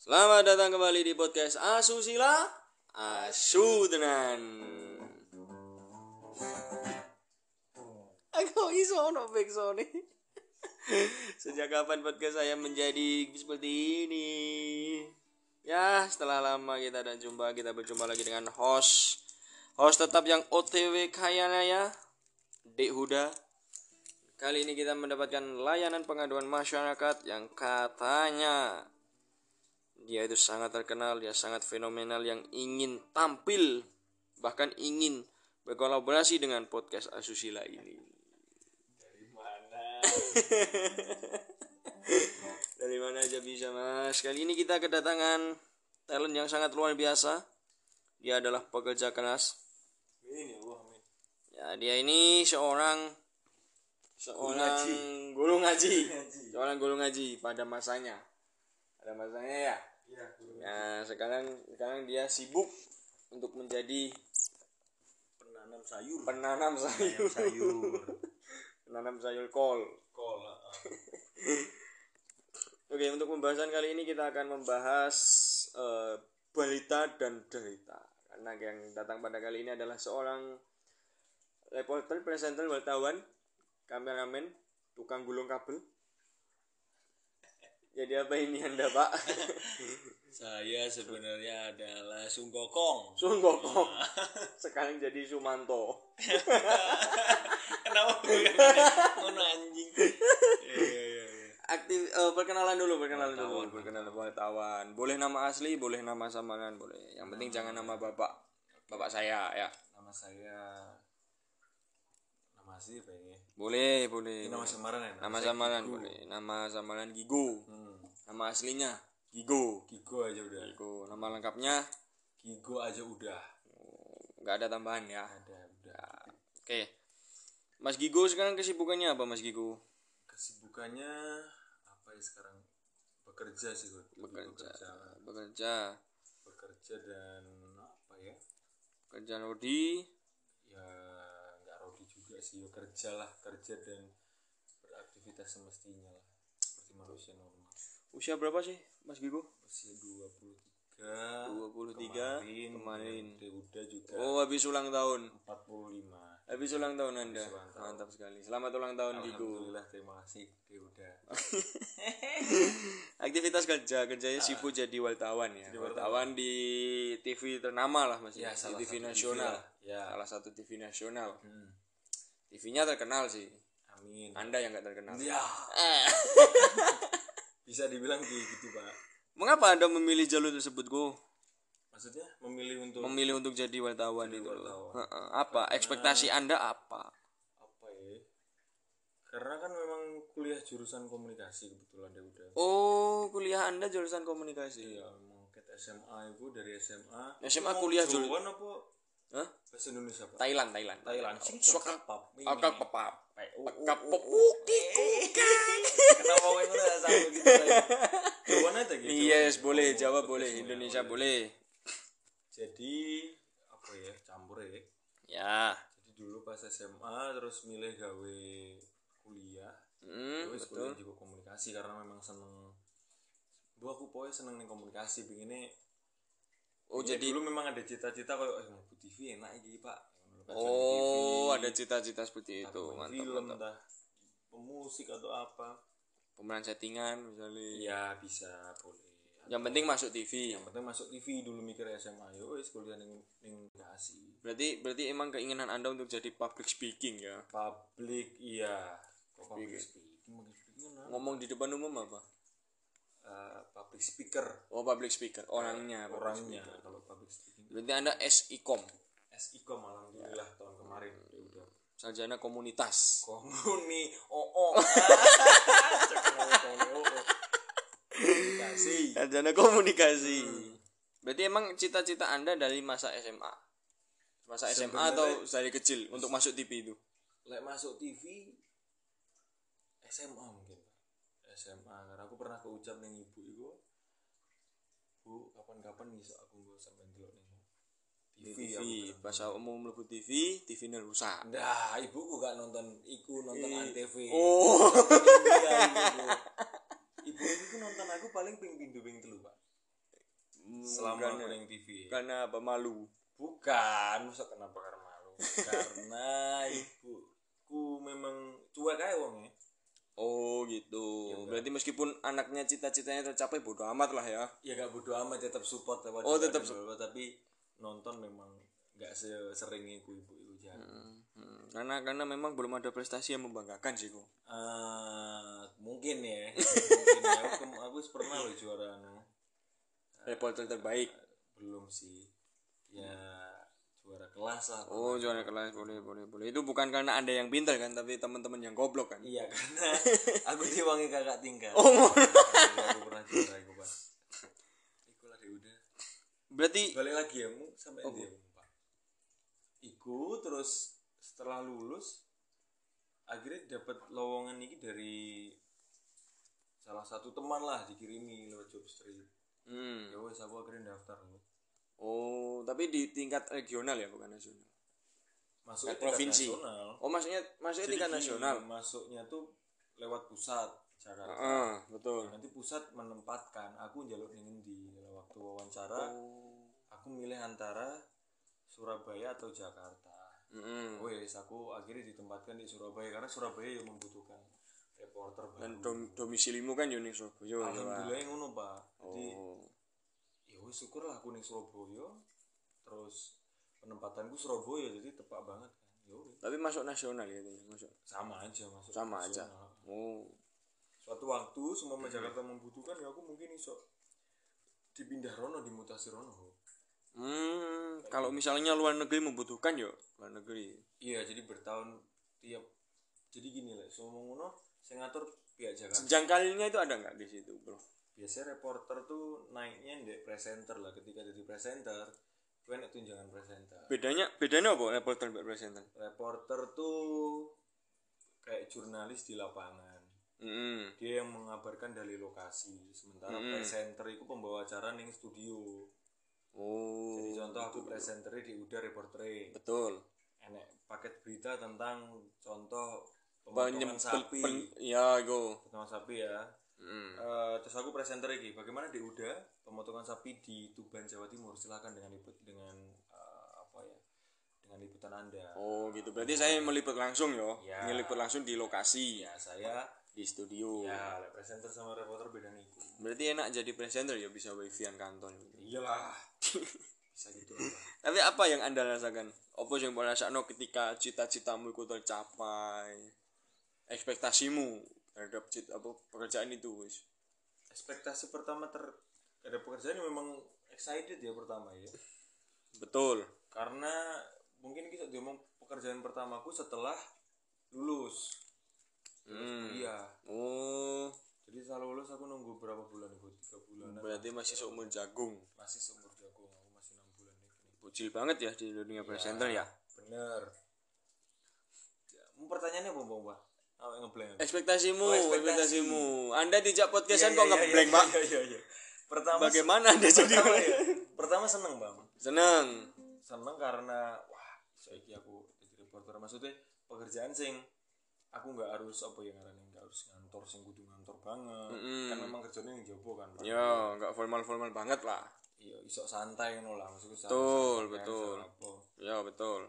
Selamat datang kembali di podcast Asusila Asu tenan. Aku iso ono backsound. Sejak kapan podcast saya menjadi seperti ini? Ya, setelah lama kita berjumpa lagi dengan host tetap yang OTW kayaknya ya, Dek Huda. Kali ini kita mendapatkan layanan pengaduan masyarakat yang katanya dia itu sangat terkenal, dia sangat fenomenal yang ingin tampil, bahkan ingin berkolaborasi dengan podcast Asusila ini. Dari mana? Dari mana aja bisa, Mas. Kali ini kita kedatangan talent yang sangat luar biasa. Dia adalah pekerja keras. Ya, dia ini seorang guru ngaji. Seorang guru ngaji pada masanya. Pada masanya ya. Ya, sekarang dia sibuk untuk menjadi penanam sayur kol. Oke, untuk pembahasan kali ini kita akan membahas balita dan derita. Karena yang datang pada kali ini adalah seorang reporter, presenter, wartawan, kameramen, tukang gulung kabel. Jadi apa ini Anda, Pak? Saya sebenarnya adalah Sunggokong. Sekarang jadi Sumanto. Kenapa ngono anjing? Iya. Perkenalan dulu. Perkenalan wartawan. Boleh nama asli, boleh nama samaran, boleh. Yang penting jangan nama bapak saya ya. Nama asli apa ini? Boleh. Nama samaran ya? Nama samaran boleh. Nama samaran Gigo. Nama aslinya Gigo aja udah. Gigo. Nama lengkapnya Gigo aja udah. Enggak ada tambahan ya. Udah. Oke. Mas Gigo sekarang kesibukannya apa, Mas Gigo? Kesibukannya apa ya sekarang? Bekerja sih gue. Bekerja dan apa ya? Kerjaan Rodi. Ya nggak Rodi juga sih. Kerja dan beraktivitas semestinya lah. Seperti manusia normal. Usia berapa sih Mas Gigo? Usia 23 kemarin. Udah juga. Oh, habis ulang tahun. 45. Habis ulang tahun Anda. Mantap sekali. Selamat ulang tahun Gigo. Alhamdulillah, terima kasih. Udah. Aktivitas kerjanya sibuk jadi wartawan ya. Wartawan di TV ternama lah Mas. Ya, di TV nasional. Ya. Salah satu TV nasional. TV-nya terkenal sih. Amin. Anda yang enggak terkenal. Ya. Bisa dibilang gitu, Pak. Mengapa Anda memilih jalur tersebut, Go? Maksudnya memilih untuk jadi wartawan itu. Wartawan. Apa? Ekspektasi Anda apa? Apa ya? Karena kan memang kuliah jurusan komunikasi kebetulan dia udah. Oh, kuliah Anda jurusan komunikasi. Iya, mau ke SMA itu dari SMA. SMA kuliah jurusan apa? Hah? Bahasa Indonesia, Pak. Thailand. Suaka pap. Pepap. Kenapa kowe ngono sama gitu? Jawa aja gitu. Yes, boleh. Jawa boleh, Indonesia boleh. Jadi apa ya? Campur ya. Ya. Jadi dulu pas SMA terus milih gawe kuliah. Terus kuliah juga komunikasi karena memang seneng. Aku pokoknya seneng nih komunikasi, begini. Oh, jadi dulu memang ada cita-cita kalau mau TV enak iki, Pak. Oh, ada cita-cita seperti itu. Mantap. Film dah. Pemusik atau apa? Pemeran settingan misalnya. Ya, bisa, boleh. Yang penting masuk TV. Yang penting masuk TV dulu mikir SMA. Yo wis kuliah ning komunikasi. Berarti emang keinginan Anda untuk jadi public speaking ya? Public, iya. Public speaking. Ngomong di depan umum apa? Public speaker. Oh, public speaker. Orangnya kalau public speaking. Berarti Anda SIKOM. Alhamdulillah tahun kemarin udah. Sarjana komunitas. Sarjana komunikasi. Berarti emang cita-cita Anda dari masa SMA? Masa SMA atau dari kecil untuk masuk TV itu? Masuk TV SMA mungkin. SMA karena aku pernah keucap ning ibu iku. Bu, kapan-kapan bisa aku sampai ndelok ning TV. Pas umum mlebu TV-nya rusak. Nah, ibuku gak nonton Antv. Oh. Ibu nonton aku paling ping 2 ping 3, Pak. selama aku neng TV. Karena apa, malu? Bukan, masa kenapa karena malu? Karena ibuku memang cuek aja wongnya. Oh gitu. Ya, berarti meskipun anaknya cita-citanya tercapai, bodo amat lah ya. Ya gak bodo amat, tetap support lewat tetap tapi nonton memang gak sesering ibu itu jarang. Karena memang belum ada prestasi yang membanggakan sih kok. Mungkin ya. Aku pernah loh juara reporter terbaik. Belum sih. Ya juara kelas lah. Oh, juara kelas, boleh. Itu bukan karena Anda yang pintar kan, tapi teman-teman yang goblok kan. Iya, karena aku diwangi kakak tingkat. Oh. Aku pernah juara itu, Pak. Iku lah udah. Berarti balik lagi ya, sampai dia, Pak. Iku terus setelah lulus akhirnya dapat lowongan ini dari salah satu teman lah, dikirimi lewat Jobstreet. Ya wes aku akhirnya daftar loh. Oh, tapi di tingkat regional ya, bukan nasional. Masuknya provinsi. Nasional. Oh, maksudnya tingkat nasional. Masuknya tuh lewat pusat Jakarta. Betul. Nanti pusat menempatkan aku njaluk ning di waktu wawancara. Aku milih antara Surabaya atau Jakarta. Wes aku akhirnya ditempatkan di Surabaya karena Surabaya yang membutuhkan reporter baru. Dan domisilimu kan yo ning Surabaya. Alhamdulillah ngono, Pak. Jadi syukurlah aku ning Surabaya, terus penempatanku Surabaya, jadi tepat banget kan. Tapi masuk nasional ya itu, masuk. Sama aja masuk. Sama nasional. aja. Oh. Suatu waktu semua Jakarta membutuhkan ya aku mungkin iso dipindah rono, dimutasi rono. Kalau misalnya luar negeri membutuhkan yo luar negeri. Iya, jadi bertahun tiap. Jadi gini lah, semua ngono saya ngatur pihak Jakarta. Jangkauannya itu ada nggak di situ, Bro? Biasanya reporter tuh naiknya di presenter lah. Ketika jadi presenter gue enak tunjangan presenter. Bedanya apa reporter dan presenter? Reporter tuh kayak jurnalis di lapangan. Dia yang mengabarkan dari lokasi. Sementara presenter itu pembawa acara ning studio. Oh. Jadi contoh aku presenternya di Uda, reporternya. Betul. Enak paket berita tentang contoh pemotongan sapi. Pemotongan sapi ya. Terus aku presenter lagi bagaimana di Uda pemotongan sapi di Tuban Jawa Timur, silakan dengan dengan liputan Anda. Oh gitu, berarti saya meliput langsung ya. Ngeliput langsung di lokasi. Ya, saya di studio. Ya, presenter sama reporter beda nih. Berarti enak jadi presenter ya, bisa wifi-an kantor. Iyalah. Bisa gitu. Tapi apa yang Anda rasakan? Apa yang Anda rasakan ketika cita-citamu itu tercapai? Ekspektasimu terhadap pekerjaan itu, wis. Ekspektasi pertama terhadap pekerjaan ini memang excited ya pertama ya. Betul. Karena mungkin kita diomong pekerjaan pertamaku setelah lulus. Iya. Oh. Jadi setelah lulus aku nunggu berapa bulan itu? 3 bulan. Berarti masih seumur jagung. Masih seumur jagung. Aku masih 6 bulan nih. Bocil banget ya di dunia presenter ya. Bener. Pertanyaannya apa, Pak? Ngeblank. Ekspektasimu. Anda dijak podcastan kok ngeblank, Pak? Iya. Pertama bagaimana Anda jadi? Pertama seneng, Bang. Seneng karena saiki aku jadi reporter, maksudnya pekerjaan sing aku nggak harus nggak harus ngantor sing kudu ngantor banget. Kan memang kerjanya yang jopo kan. Ya, nggak formal banget lah. Iya, isok santai ngono lah, maksudku. Betul. Ya, betul.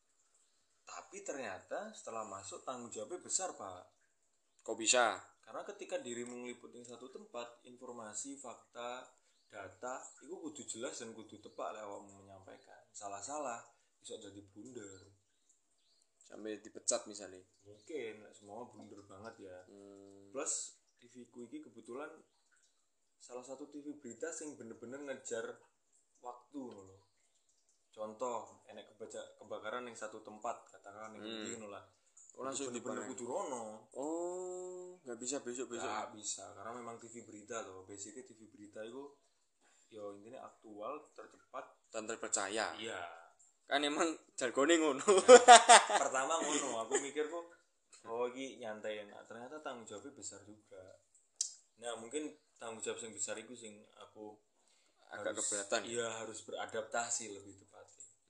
Tapi ternyata setelah masuk tanggung jawabnya besar, Pak. Kok bisa? Karena ketika dirimu ngeliputin satu tempat, informasi, fakta, data, itu kudu jelas dan kudu tepat lah awakmu menyampaikan. Salah-salah bisa jadi blunder. Sampai dipecat misalnya. Mungkin semua blunder banget ya. Plus TV ku ini kebetulan salah satu TV berita sing bener-bener ngejar waktu loh. Contoh, enek kebakaran yang satu tempat, katakanlah yang ini lah. Langsung bener-bener kudu rono. Oh, nggak bisa besok. Nggak bisa, karena memang TV berita loh. Basicnya TV berita itu, yo intinya aktual, tercepat, dan terpercaya. Iya. Kan emang jargonnya ngono. Pertama ngono, aku mikir kok, ini nyantai. Nah, ternyata tanggung jawabnya besar juga. Nah, mungkin tanggung jawab yang besar itu sing aku agak keberatan. Iya, harus beradaptasi lebih tepatnya.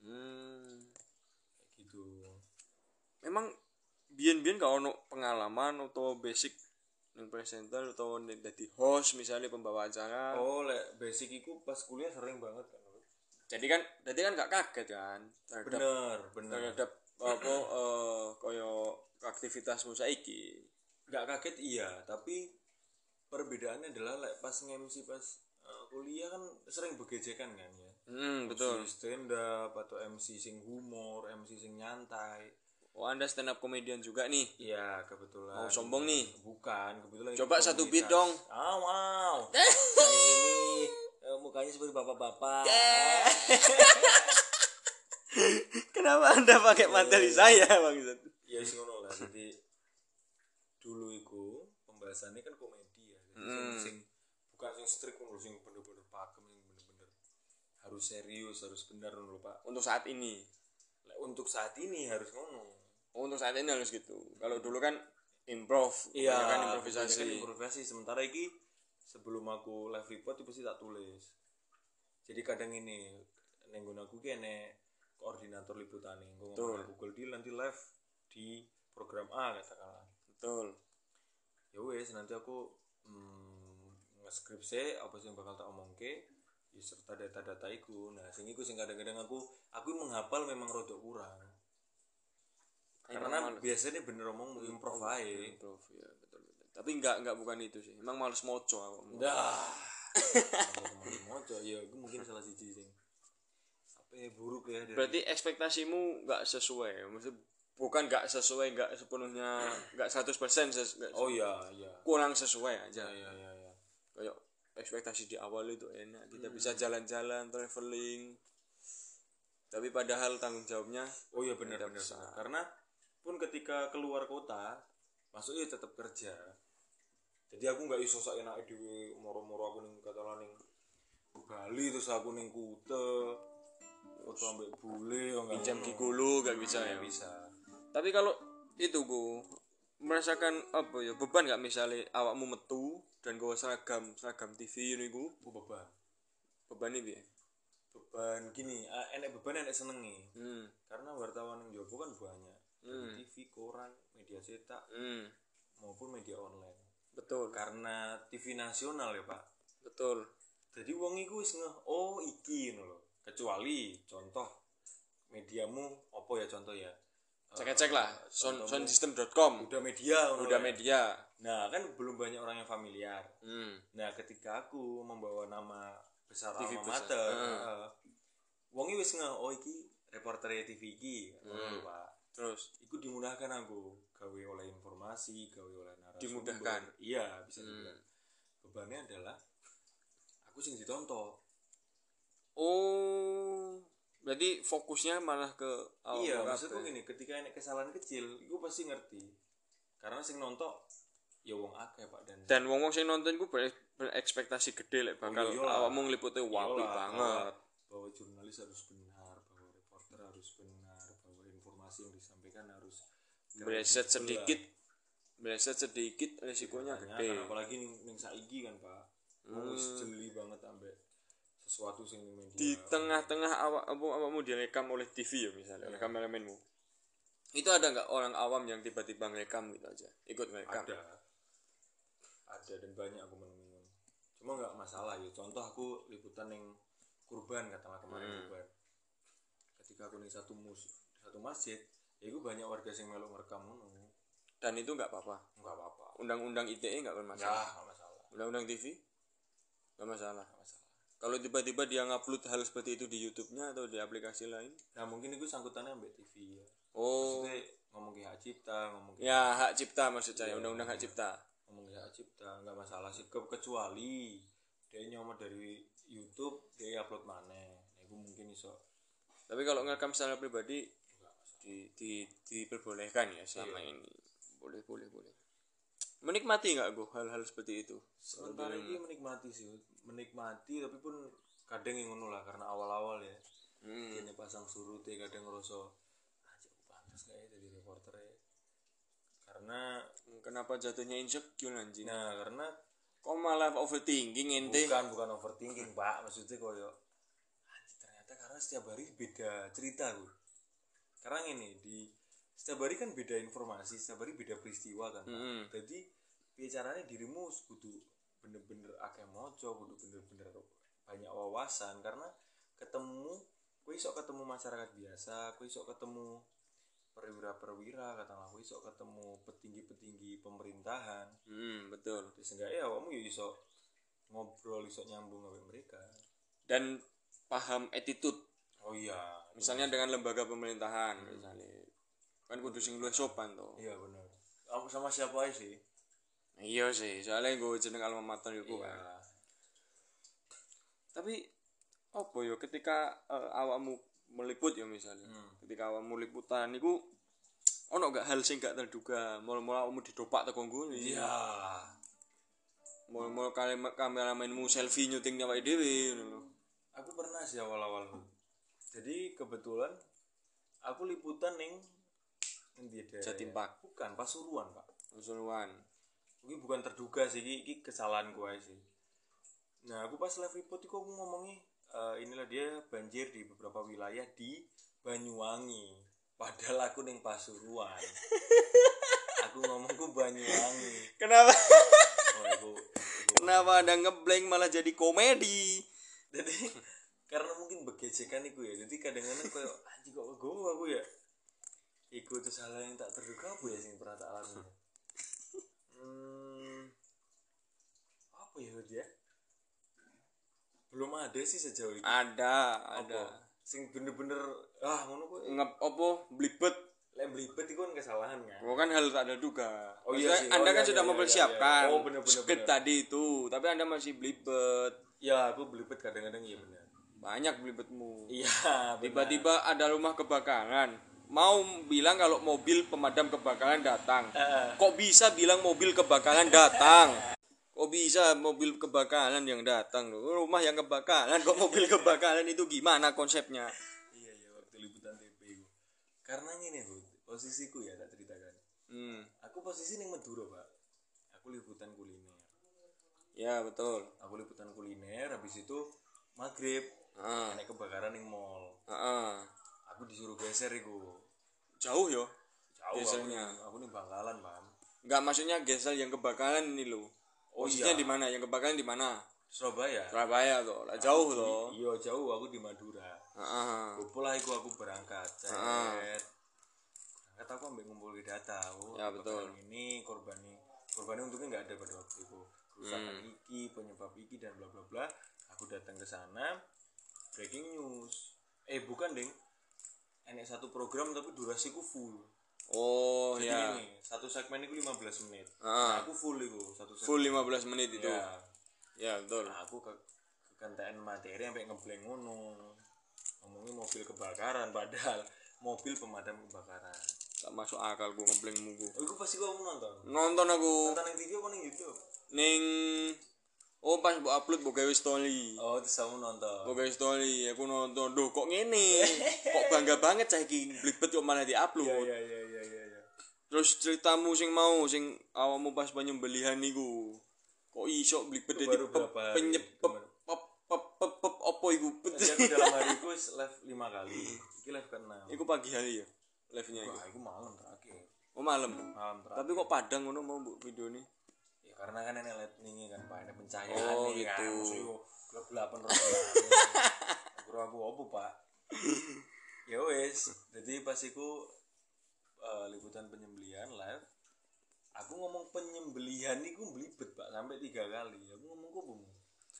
Kayak gitu. Memang biyen gak ono pengalaman atau basic ning presenter atau ning dadi host misalnya pembawa acara. Oh, lek basic iku pas kuliah sering banget kan. Jadi kan gak kaget kan terhadap Bener. terhadap apa koyo aktivitasmu saiki. Gak kaget iya, tapi perbedaannya adalah lek pas nge-MC pas kuliah kan sering begejekan kan ya. Betul. MC stand up atau MC sing humor, MC sing nyantai. Oh, Anda stand up comedian juga nih. Iya, kebetulan. Mau sombong nih? Bukan, kebetulan. Coba satu beat dong. Wow. Kayak ini mukanya seperti bapak-bapak. Kenapa Anda pakai materi saya, Bang? Ya sih ngono lah. Jadi dulu iku pembahasannya kan komedi ya. Jadi sing bukan sing strict ngono, sing bener-bener pakem, sing bener-bener harus serius, harus benar ngono, Pak. Untuk saat ini. Untuk saat ini harus ngono. Untuk saat ini harus gitu. Kalau dulu kan improv, Iya, kan improvisasi. Improvisasi. Sementara iki sebelum aku live report itu pasti tak tulis. Jadi kadang ini nenggon aku ki enek koordinator liputane. Ngomong Google Deal nanti live di program A katakanlah. Betul. Ya wes nanti aku nge-script apa sih yang bakal tak omongke ya, serta data-data iku. Nah, sing iku sing kadang-kadang aku menghafal memang rodok kurang. Karena biasanya bener omong improv ae. Improv ya, betul. Tapi enggak bukan itu sih. Emang males moco aku. Dah. Moco ya aku mungkin salah siji sing apa ya buruk ya. Berarti ekspektasimu enggak sesuai. Maksud bukan enggak sesuai, enggak sepenuhnya, enggak 100% Oh iya. Kurang sesuai aja. Iya. Kayak ekspektasi di awal itu enak, kita bisa jalan-jalan, traveling. Tapi padahal tanggung jawabnya oh iya benar. Karena pun ketika keluar kota masuknya tetap kerja. Jadi aku nggak iso sak enake dhewe moro-moro aku ning katalan ning Bali terus aku ning Kute foto ambek bule pinjam gigolo gak bisa ya. Bisa. Tapi kalau itu gue merasakan apa ya beban nggak misalnya awakmu metu dan gue seragam TV ini gue beban ini ya beban gini enek beban enek senengi karena wartawan yang Jopo kan banyak TV koran media cetak maupun media online. Betul. Karena TV nasional ya Pak. Betul. Jadi wong iku wis oh iki ngono lho. Kecuali contoh mediamu apa ya contoh ya. Cek lah soundsystem.com. Udah media. Nah, kan belum banyak orang yang familiar. Nah, ketika aku membawa nama besar TV alma mater, wong iki wis oh iki reporter TV iki, ngono Pak. Terus iku dimudahkan aku gawe oleh informasi, gawe oleh narasumber. Dimudahkan. Iya, bisa dibilang. Bebannya adalah aku sing ditonton. Oh, berarti fokusnya malah ke iya, maksudku gini, ketika enek kesalahan kecil, iku pasti ngerti. Karena sing nonton ya wong akeh Pak dan wong sing nonton iku berekspektasi gede lek bakal awakmu nglipute wapi banget. Bahwa jurnalis harus benar, bahwa reporter harus benar, bahwa informasi yang disampaikan harus Meleset sedikit resikonya gede. Kan, apalagi ning saiki kan Pak. Wis jeli banget ambek sesuatu sing media. Di tengah-tengah awakmu direkam oleh TV ya misalnya, oleh kameramenmu. Itu ada enggak orang awam yang tiba-tiba ngerekam gitu aja? Ikut ngerekam. Ada dan banyak aku menemui. Cuma enggak masalah ya. Contoh aku liputan yang kurban katakanlah kemarin kurban. Ketika aku ning satu masjid, ya itu banyak warga yang melok ngerekam ngono. Dan itu enggak apa-apa. Enggak apa-apa. Undang-undang ITE enggak bermasalah. Ya, enggak masalah. Undang-undang TV enggak masalah. Kalau tiba-tiba dia ngupload hal seperti itu di YouTube-nya atau di aplikasi lain, nah mungkin itu sangkutannya ambek TV ya. Oh, maksudnya ngomong hak cipta, ya hak cipta maksud saya, undang-undang hak cipta. Ngomong hak cipta enggak masalah sih, kecuali dia nyomot dari YouTube, dia upload maneh. Nah, itu mungkin iso. Tapi kalau ngerekam secara pribadi diperbolehkan ya selama ini. Boleh. Menikmati enggak gue hal-hal seperti itu? Sementara ini menikmati tapi pun kadang yang ngono lah karena awal-awal ya. Kene pasang surut kadang ngerasa aja aku pantas gak ya jadi reporter ya. Karena kenapa jatuhnya insecure anjing? Nah, karena kok malah overthinking ente? Bukan overthinking, Pak. Maksudnya koyo ternyata karena setiap hari beda cerita gue. Karena ini setiap hari kan beda informasi, setiap hari beda peristiwa kan. Jadi piye carane dirimu kudu bener-bener akeh maca, kudu bener-bener banyak wawasan karena kowe iso ketemu masyarakat biasa, kowe iso ketemu perwira-perwira, katakanlah kowe iso ketemu petinggi-petinggi pemerintahan. Betul. Seenggaknya awakmu ya iso ngobrol, iso nyambung sama mereka dan paham attitude. Oh iya, Misalnya dengan lembaga pemerintahan misalnya. Kan kudu sing luwih sopan to. Iya bener. Aku sama siapa aja sih? Iya sih, soalnya gue jeneng alma mater iku Iya. kan. Tapi apa ya ketika awakmu meliput ya misalnya. Ketika awakmu liputan iku ono gak hal sing gak terduga, mula-mula awakmu didopak teko nggon. Iya. Mula-mula kameramenmu selfie nyuting awake dhewe ngono lho. Aku pernah sih awal-awal. Jadi kebetulan aku liputan ning endi daerah? Jatim Park. Bukan, Pasuruan, Pak. Pasuruan. Ini bukan terduga sih, ini kesalahan gue sih. Nah, aku pas live report itu aku ngomongi inilah dia banjir di beberapa wilayah di Banyuwangi. Padahal aku ning Pasuruan. Aku ngomongku Banyuwangi. Kenapa? Oh, Kenapa Anda ngeblank malah jadi komedi? Jadi karena mungkin begejekan iku ya. Jadi kadang-kadang koyo anjing kok aku ya. Iku itu salah yang tak terduga apa ya sing pernah tak alami. Apa ya dia? Belum ada sih sejauh ini. Ada. Sing bener-bener ngono kok. Apa blibet. Lek blibet itu kan kesalahan kan. Bukan hal tak terduga. Oh iya sih. Anda kan sudah mempersiapkan. Oh bener. Skrip tadi itu, tapi Anda masih blibet. Ya, aku blibet kadang-kadang iya benar. Banyak blibetmu. Iya, tiba-tiba ada rumah kebakaran. Mau bilang kalau mobil pemadam kebakaran datang. Kok bisa bilang mobil kebakaran datang? Kok bisa mobil kebakaran yang datang? Rumah yang kebakaran kok mobil kebakaran itu gimana konsepnya? Iya waktu liputan TP itu. Karena ini Bu, posisiku ya tak ceritakan. Aku posisi ning Madura, Pak. Aku liputan kuliner. Ya, betul. Aku liputan kuliner habis itu maghrib. Nek kebakaran ning mall. Aku disuruh geser iku. Jauh yo. Jauh gesernya. Aku ning Bangkalan, Pam. Enggak, maksudnya geser yang kebakaran ini lo. Posisinya di mana? Yang kebakaran di mana? Surabaya. Surabaya tuh. Lah jauh loh. Iya, jauh aku di Madura. Kumpul aku berangkat. Berangkat aku ambil ngumpul data. Ya betul. Ini korbannya untungnya enggak ada pada waktu itu. Kerusakan iki, penyebab iki dan bla bla bla. Aku datang ke sana. Breaking news. Bukan, Ding. Enek satu program tapi durasiku full. Oh. Jadi ini satu segmen itu 15 menit. Nah, aku full itu satu segmen. Full 15 menit itu. Ya betul. Nah, aku kekentean materi sampai ngeblank ngono. Ngomongin mobil kebakaran padahal mobil pemadam kebakaran. Tak masuk akal gua ngeblank mugu. Iku pasti gua nonton. Nonton aku. Nonton ning TV apa ning YouTube? Ning pas mbok upload mbok gawe story. Oh, terus kamu nonton. Mbok gawe story, aku nonton. Duh, kok ngene? Kok bangga banget cah iki blibet kok malah di-upload. Iya. Terus ceritamu sing awakmu pas penyembelihan niku. Kok iso blibet dadi penyebab apa iku? Aku dalam hariku live 5 kali. Iki live ke-6. Iku pagi hari ya live-nya iku. Wah, iku malam terakhir. Oh, malam. Malam terakhir. Tapi kok padang ngono mau video ini? Ya karena kan enek lightning kan, Pak, enek pencahayaan gitu. kan. Musuh gelap-gelapan terus. Aku opo, Pak? Ya wes, jadi pas iku liputan penyembelihan live. Aku ngomong penyembelihan iku blibet, Pak, sampai 3 kali. Aku ngomong kok bung.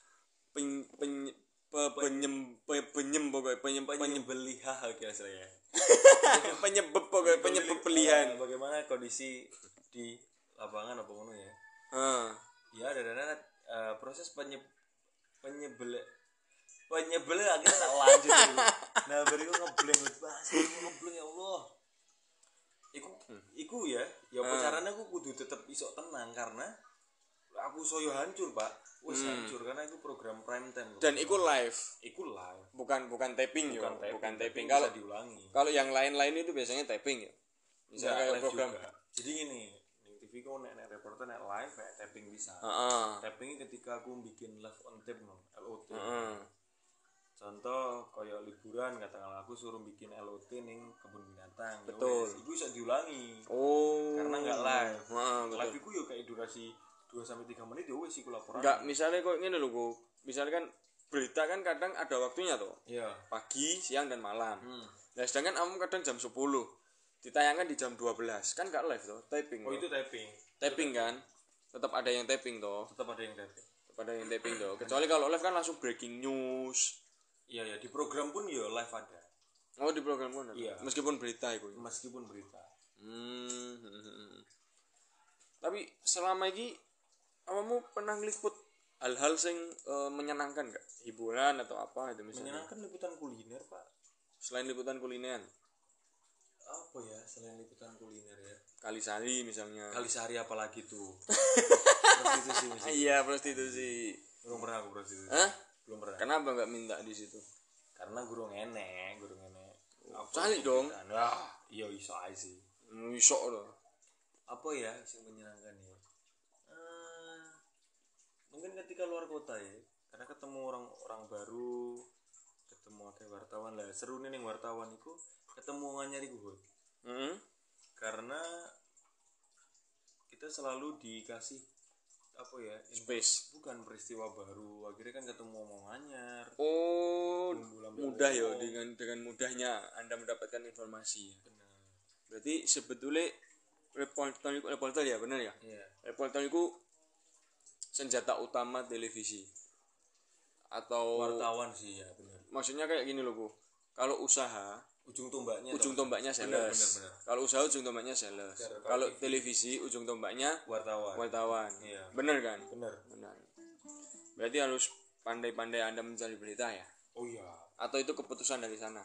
Penyembelihan kira-kira. Penyebab pokoknya penyebab pelihan. Bagaimana kondisi di lapangan apa ngono ya? Ya ada proses penyebel akhirnya tak lanjut dulu. Nah bariku ngebleng ya Allah. Iku ya caranya aku kudu tetep isok tenang karena aku soyo hancur, Pak. Wis hancur karena itu program prime time. Dan iku live. Bukan taping ya. Bukan taping. Kalau diulangi. Kalau yang lain-lain itu biasanya taping ya. Misalnya kayak program juga. Jadi gini, di TV kau nek reporter nek live kayak taping bisa. Taping ketika aku bikin live on tape LOT. Contoh kayak liburan katakanlah aku suruh bikin LOT ning kebun binatang. Betul. Iku bisa diulangi. Oh. Karena enggak live. Live iku yo kayak durasi 2 sampai 3 menit ya wis iku laporan. Enggak, misalnya kok ngene lho, kok. Misalnya kan berita kan kadang ada waktunya tuh. Iya. Pagi, siang dan malam. Nah, sedangkan kamu kadang jam 10 ditayangkan di jam 12 kan gak live tuh, taping. Oh, itu taping. Taping kan? Tetap ada yang taping toh. Tetap ada yang taping. Tetap ada yang taping toh. Kecuali kalau live kan langsung breaking news. Iya ya, di program pun ya live ada. Oh, di program pun ada. Iya. Meskipun berita itu. Meskipun berita. Tapi selama ini kamu pernah ngeliput hal-hal sing menyenangkan gak? Hiburan atau apa itu misalnya? Menyenangkan liputan kuliner, Pak. Selain liputan kuliner, Apa ya selain liputan kuliner ya? Kalisari misalnya. Kalisari apalagi tuh. Prostitusi misalnya. Iya, prostitusi. Belum pernah aku prostitusi. Hah? Belum pernah. Kenapa nggak minta di situ? Karena guru enek. Cari dong. Wah, iya iso ae sih. Iso loh. Apa ya yang menyenangkan ya? Mungkin ketika luar kota ya, karena ketemu orang baru, ketemu akeh wartawan lah. Seru nih wartawan itu ketemu nganyari gue. Karena kita selalu dikasih apa ya? Space. Bukan peristiwa baru. Akhirnya kan ketemu omongannya. Oh, Bumbu-bumbu. mudah ya dengan mudahnya Anda mendapatkan informasi. Benar. Berarti sebetulnya reporter ya, benar ya? Iya. Reporter itu senjata utama televisi atau Wartawan sih ya, benar. maksudnya kayak gini loh, Bu. Kalau usaha Ujung tombaknya sales. Benar. Kalau usaha ujung tombaknya sales. Kalau televisi ujung tombaknya wartawan. Iya. Benar kan? Benar. Berarti harus pandai-pandai Anda mencari berita ya. Oh iya. Atau itu keputusan dari sana.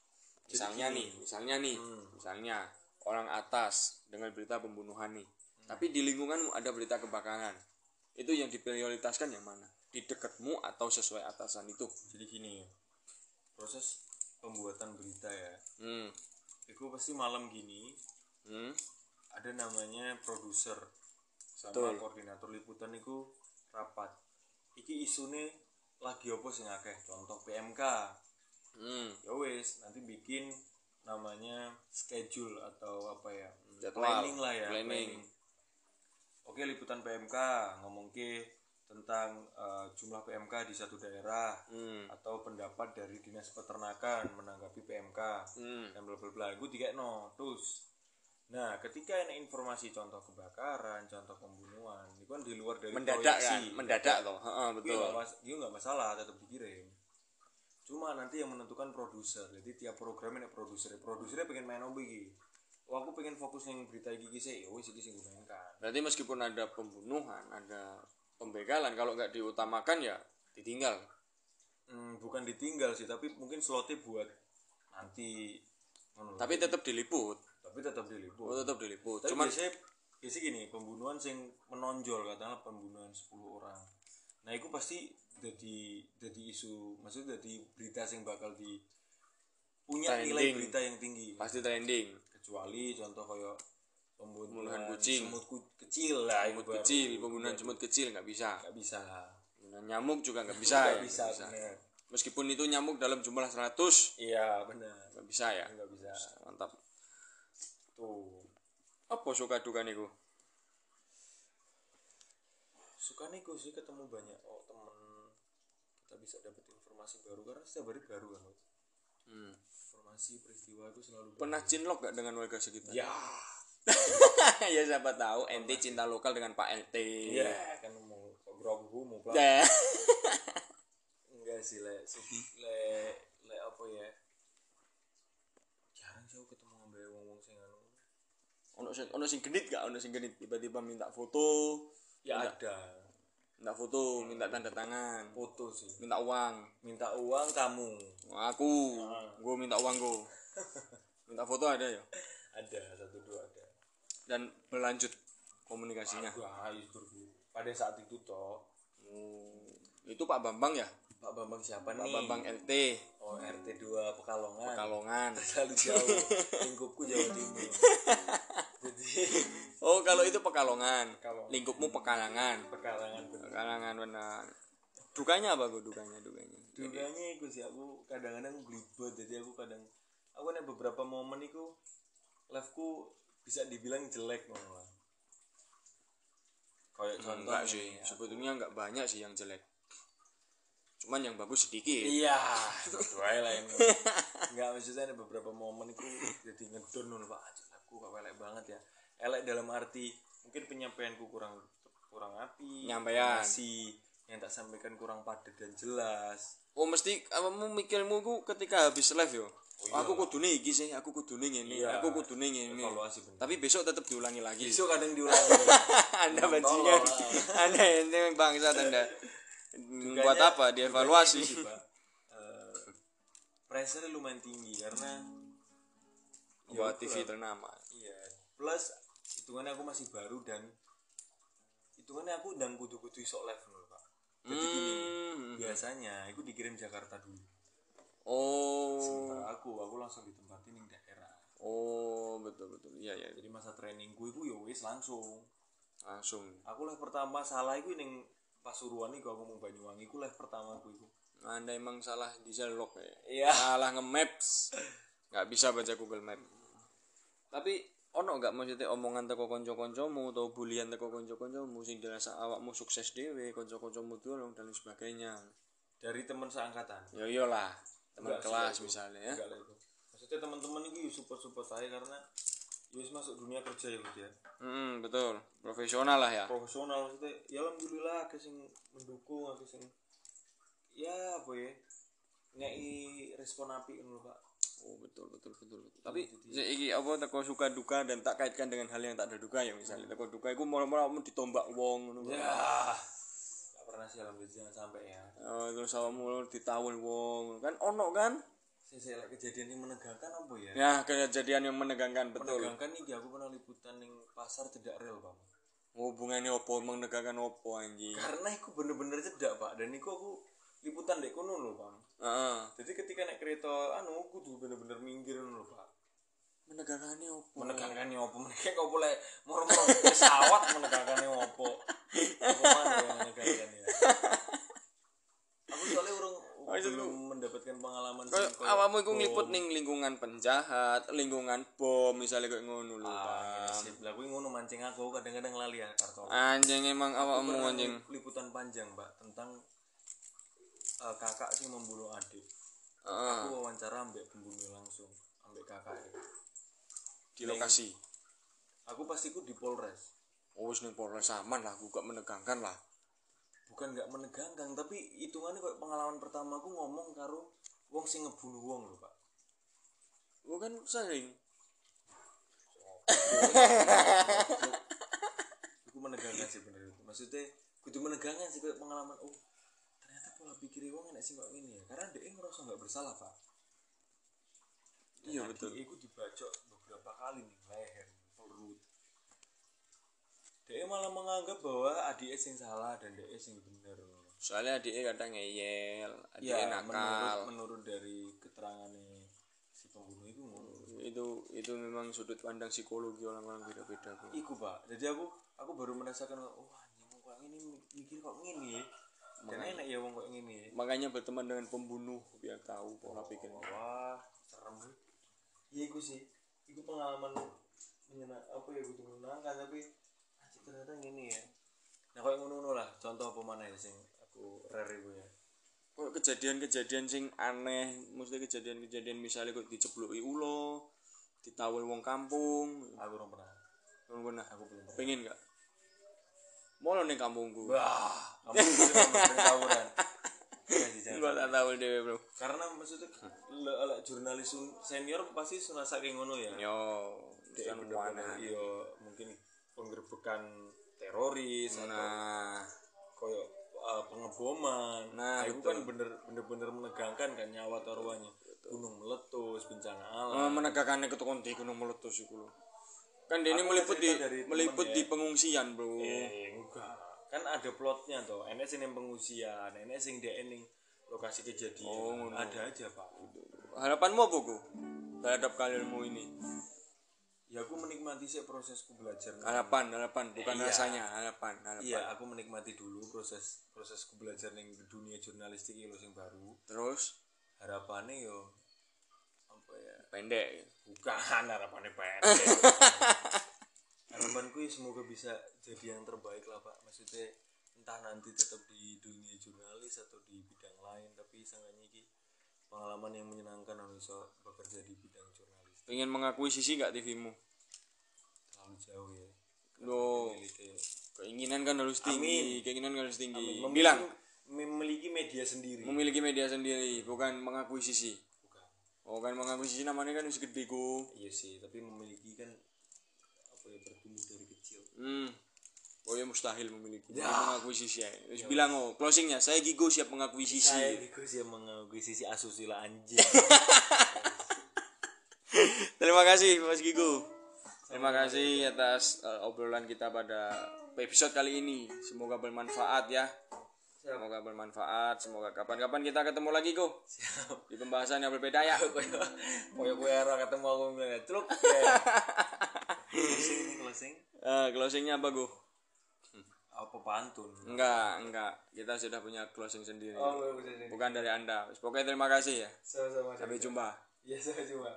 Misalnya orang atas dengan berita pembunuhan nih. Tapi di lingkunganmu ada berita kebakaran. Itu yang diprioritaskan yang mana? Di dekatmu atau sesuai atasan itu? Jadi gini, proses pembuatan berita ya. Itu pasti malam gini. Ada namanya produser sama koordinator liputan itu rapat. Iki isune lagi apa sing akeh? Contoh PMK. Ya wis, nanti bikin namanya schedule atau apa ya? Planning lah ya. Planning. Oke, liputan PMK ngomong tentang jumlah PMK di satu daerah atau pendapat dari dinas peternakan menanggapi PMK dan bla bla bla. Gue dikekno terus. Nah, ketika ada informasi contoh kebakaran, contoh pembunuhan, itu kan di luar dari mendadak proyeksi, kan? Mendadak toh. Betul. Itu nggak masalah, tetap dikirim. Cuma nanti yang menentukan produser. Jadi tiap program ini produsernya pengen main apa iki. Oh, aku pengen fokus yang berita iki sih. Ya wis iki sing dimainkan. Berarti meskipun ada pembunuhan, ada pembegalan, kalau nggak diutamakan ya ditinggal. Bukan ditinggal sih, tapi mungkin slotnya buat nanti. Tapi tetap diliput. Oh, tetap diliput. Tapi Cuman biasanya gini, pembunuhan sing menonjol katakanlah pembunuhan 10 orang. Nah, itu pasti jadi isu, maksudnya jadi berita sing bakal punya trending. Nilai berita yang tinggi. Pasti trending. Kecuali contoh kayak Pembunuhan kucing. semut kecil lah, Pembunuhan semut kecil nggak bisa. Pembunuhan nyamuk juga nggak bisa. Nggak bisa. Bener. Meskipun itu nyamuk dalam jumlah 100. Iya, benar. Nggak bisa ya. Nggak bisa. Mantap. Tuh. Apa suka duka niku? Suka niku sih ketemu banyak temen, kita bisa dapat informasi baru karena setiap hari baru kan. Informasi peristiwa itu selalu Pernah cinlok gak dengan warga sekitar? Ya. Ya siapa tahu ente cinta lokal dengan Pak LT. Iya, kan mau grogu mau plak. Enggak sih, le apa ya? Jarang sih aku ketemu ambek wong-wong sing anu. Ono sing genit gak? Ono sing genit tiba-tiba minta foto. Ya ada. Minta foto, minta tanda tangan. Foto sih. Minta uang kamu. Aku gue minta uang gue. Minta foto ada ya? Ada, 1-2 ada. Dan berlanjut komunikasinya. Pada saat itu toh. Itu Pak Bambang ya? Pak Bambang siapa nih? Pak Bambang LT. Oh, RT 2 Pekalongan. Terlalu jauh. Lingkupku Jawa Timur. Jadi kalau itu Pekalongan. Lingkupmu Pekalangan. Pekalangan benar. Dukanya apa gue? Dukanya itu sih aku kadang-kadang belibet. Jadi aku ada beberapa momen itu live-ku bisa dibilang jelek malah. Kayak contoh Enggak sih, sebetulnya enggak banyak sih yang jelek. Cuman yang bagus sedikit. iya itu aja lah ini. Enggak, maksudnya ada beberapa momen itu jadi ngedon loh Pak. Aku kok elek banget ya. Elek dalam arti mungkin penyampaianku kurang api, Nyampaian. informasi yang tak sampaikan kurang padat dan jelas. Oh mesti apamu mikirmu ku ketika habis live yo. iya. Aku kudune iki sih, aku kudune ngene, Iya. aku kudune ngene. Evaluasi bener. Tapi besok tetap diulangi lagi. Besok kadang diulangi. Anda bajingan. Anda ini bangsat Anda. Buat apa dievaluasi? Sih, Pak. Pressure lumayan tinggi karena Buat TV ternama. iya. Plus hitungannya aku masih baru dan hitungannya aku dan kudu-kudu iso live dulu Pak. Jadi gini, biasanya aku dikirim Jakarta dulu. Oh. Sementara aku langsung ditempatin di daerah. Oh, betul. Iya. Jadi masa trainingku itu ya wis langsung. Aku live pertama salah iku ning Pasuruan iku aku mau Banyuwangi iku live pertama aku iku. Anda emang salah di Zalog ya. Iya. Salah nge-maps. Enggak bisa baca Google Map. Tapi ono enggak maksudnya omongan teko kanca-kancamu atau bulian teko kanca-kancamu sing dirasa awakmu sukses dhewe, kanca-kancamu dolong dan sebagainya. Dari teman seangkatan. Ya iyalah, teman Enggak, kelas itu. misalnya ya. Enggak lah itu. Maksudnya teman-teman itu support saya karena wis masuk dunia kerja ya Mas ya. Betul. Profesional lah ya. Profesional maksudnya ya alhamdulillah ada sing mendukung, ada sing ya apa ya ngei respon apik ngono Pak. Oh betul. Tapi iki apa teko suka duka dan tak kaitkan dengan hal yang tak ada duka ya misalnya teko duka iku moro-moro ditombak wong ngono. Ya. Enggak pernah sih alhamdulillah jangan sampai ya. Terus awakmu ditawul wong kan ono kan? Saya kejadian yang menegangkan apa ya? Ya kejadian yang menegangkan betul. Menegangkan nih aku pernah liputan ning pasar cedak rel Pak. Hubungannya opo menegangkan opo anjing? Karena aku bener-bener cedak Pak dan iku aku liputan dek kono lho Pak. Heeh. Jadi ketika naik kereta kudu bener-bener minggir lho Pak. Menegangkannya opo? Menegangkannya opo? Menegangkan opo lek moro-moro pesawat menegangkannya opo? Apa mana yang menegangkannya? Aku soalnya belum mendapatkan pengalaman sing koyo awakmu iku ngliput ning lingkungan penjahat, lingkungan bom misalnya kayak ngono lho, Pak. sip. Lah kuwi ngono mancing aku kadang-kadang lali ya kartu. Anjing emang awakmu anjing. Liputan panjang, Pak, tentang kakak sih membunuh adik. Heeh. Aku wawancara ambek pembunuh langsung, ambek kakak Di lokasi. Aku pastiku di Polres. Oh, wis ning Polres aman lah, gak menegangkan lah. Bukan gak menegangkan, tapi hitungannya kayak pengalaman pertama aku ngomong karo wong sing ngebunuh wong lho, Pak. Bukan sering. Iku menegangkan sih bener itu. Maksudnya kudu menegangkan sih kayak pengalaman ternyata pola pikir wong enak sih kok ngene ya. Karena dia ngerasa enggak bersalah, Pak. Iya betul. Iku dibacok beberapa kali nih, leher, perut. Dia malah menganggap bahwa adiknya sing salah dan dia sing bener. Soalnya adiknya kadang ngeyel, adiknya nakal. Menurut dari keterangannya si pembunuh itu ngono. Itu memang sudut pandang psikologi orang-orang beda-beda kok. Iku Pak. Jadi aku baru merasakan anjing kok ngene mikir kok ngene ya. Dan enak ya wong kok ngene. Makanya berteman dengan pembunuh biar tahu pola pikirnya. Wah, serem. Iya iku sih. Iku pengalaman menyenangkan tapi ternyata gini ya. Nah kayak ngono lah. Contoh apa mana ya sing aku rare iku ya. Kok kejadian-kejadian sing aneh, mesti kejadian-kejadian misalnya kok dicepluki ulo, ditawul wong kampung. Aku belum pernah. Belum pernah. Aku belum pernah. Pengen enggak? Mau ning kampungku. Wah, kamu bisa tawuran. Gua tak tahu dhewe, Bro. Karena maksudnya jurnalis senior pasti sudah saking ngono ya. Yo, Dia kan bener-bener iya mungkin penggerbekan teroris nah, koyo pengeboman. Nah, itu kan bener-bener menegangkan kan nyawa taruhannya. Gunung meletus, bencana alam. menegakane ketukon di gunung meletus iku lho. Kan dene meliput di pengungsian, Bro. Enggak. Kan ada plotnya toh. Enek sing ning pengungsian, enek sing ndek ning lokasi kejadian. Ada aja, Pak. Harapanmu apa, Go? Terhadap karirmu ini? Ya aku menikmati sih prosesku belajar. Harapan, bukan rasanya, harapan. Iya, aku menikmati dulu prosesku belajar ning dunia jurnalistik iki lho sing baru. Terus Harapannya yo apa ya? pendek. Bukan harapannya pendek. harapanku semoga bisa jadi yang terbaik lah Pak, maksudnya entah nanti tetap di dunia jurnalis atau di bidang lain, tapi seenggaknya ini pengalaman yang menyenangkan bisa bekerja di bidang jurnalis. Pengen mengakui sisi gak TV-mu? Terlalu jauh ya. Loh, keinginan kan harus tinggi. Keinginan kan harus tinggi. Memiliki media sendiri. Memiliki media sendiri, bukan mengakui sisi. Bukan. Oh kan mengakui sisi namanya kan harus gede ku. Iya sih, tapi memiliki kan apa ya, bertumbuh dari kecil. Oh ya mustahil memiliki. Ya. Mengakui sisi ya. Terus bilang closingnya, saya Gigo siap mengakui sisi. Saya Gigo siap mengakui sisi asusila anjing. Terima kasih Mas Gigo. Terima kasih atas obrolan kita pada episode kali ini. Semoga bermanfaat ya. Semoga bermanfaat. Semoga kapan-kapan kita ketemu lagi Go. Siap. Di pembahasan yang berbeda ya. Koyo era ketemu aku bilang truk. Closing. Closingnya apa Go? Apa pantun? Enggak. Kita sudah punya closing sendiri. Bukan dari Anda. Pokoknya terima kasih ya. Sama-sama. Sampai jumpa. Ya, sampai jumpa.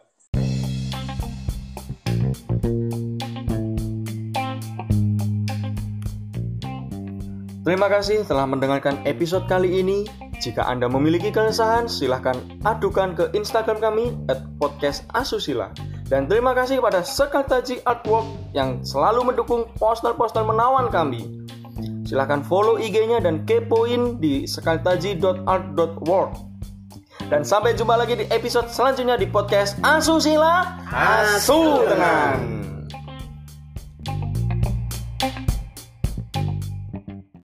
Terima kasih telah mendengarkan episode kali ini. Jika Anda memiliki keresahan, silahkan adukan ke Instagram kami @podcastasusila. Dan terima kasih kepada Sekartaji Artwork yang selalu mendukung poster-poster menawan kami. Silahkan follow IG-nya dan kepoin di sekartaji.art.world. Dan sampai jumpa lagi di episode selanjutnya di podcast Asusila Asu Tenang.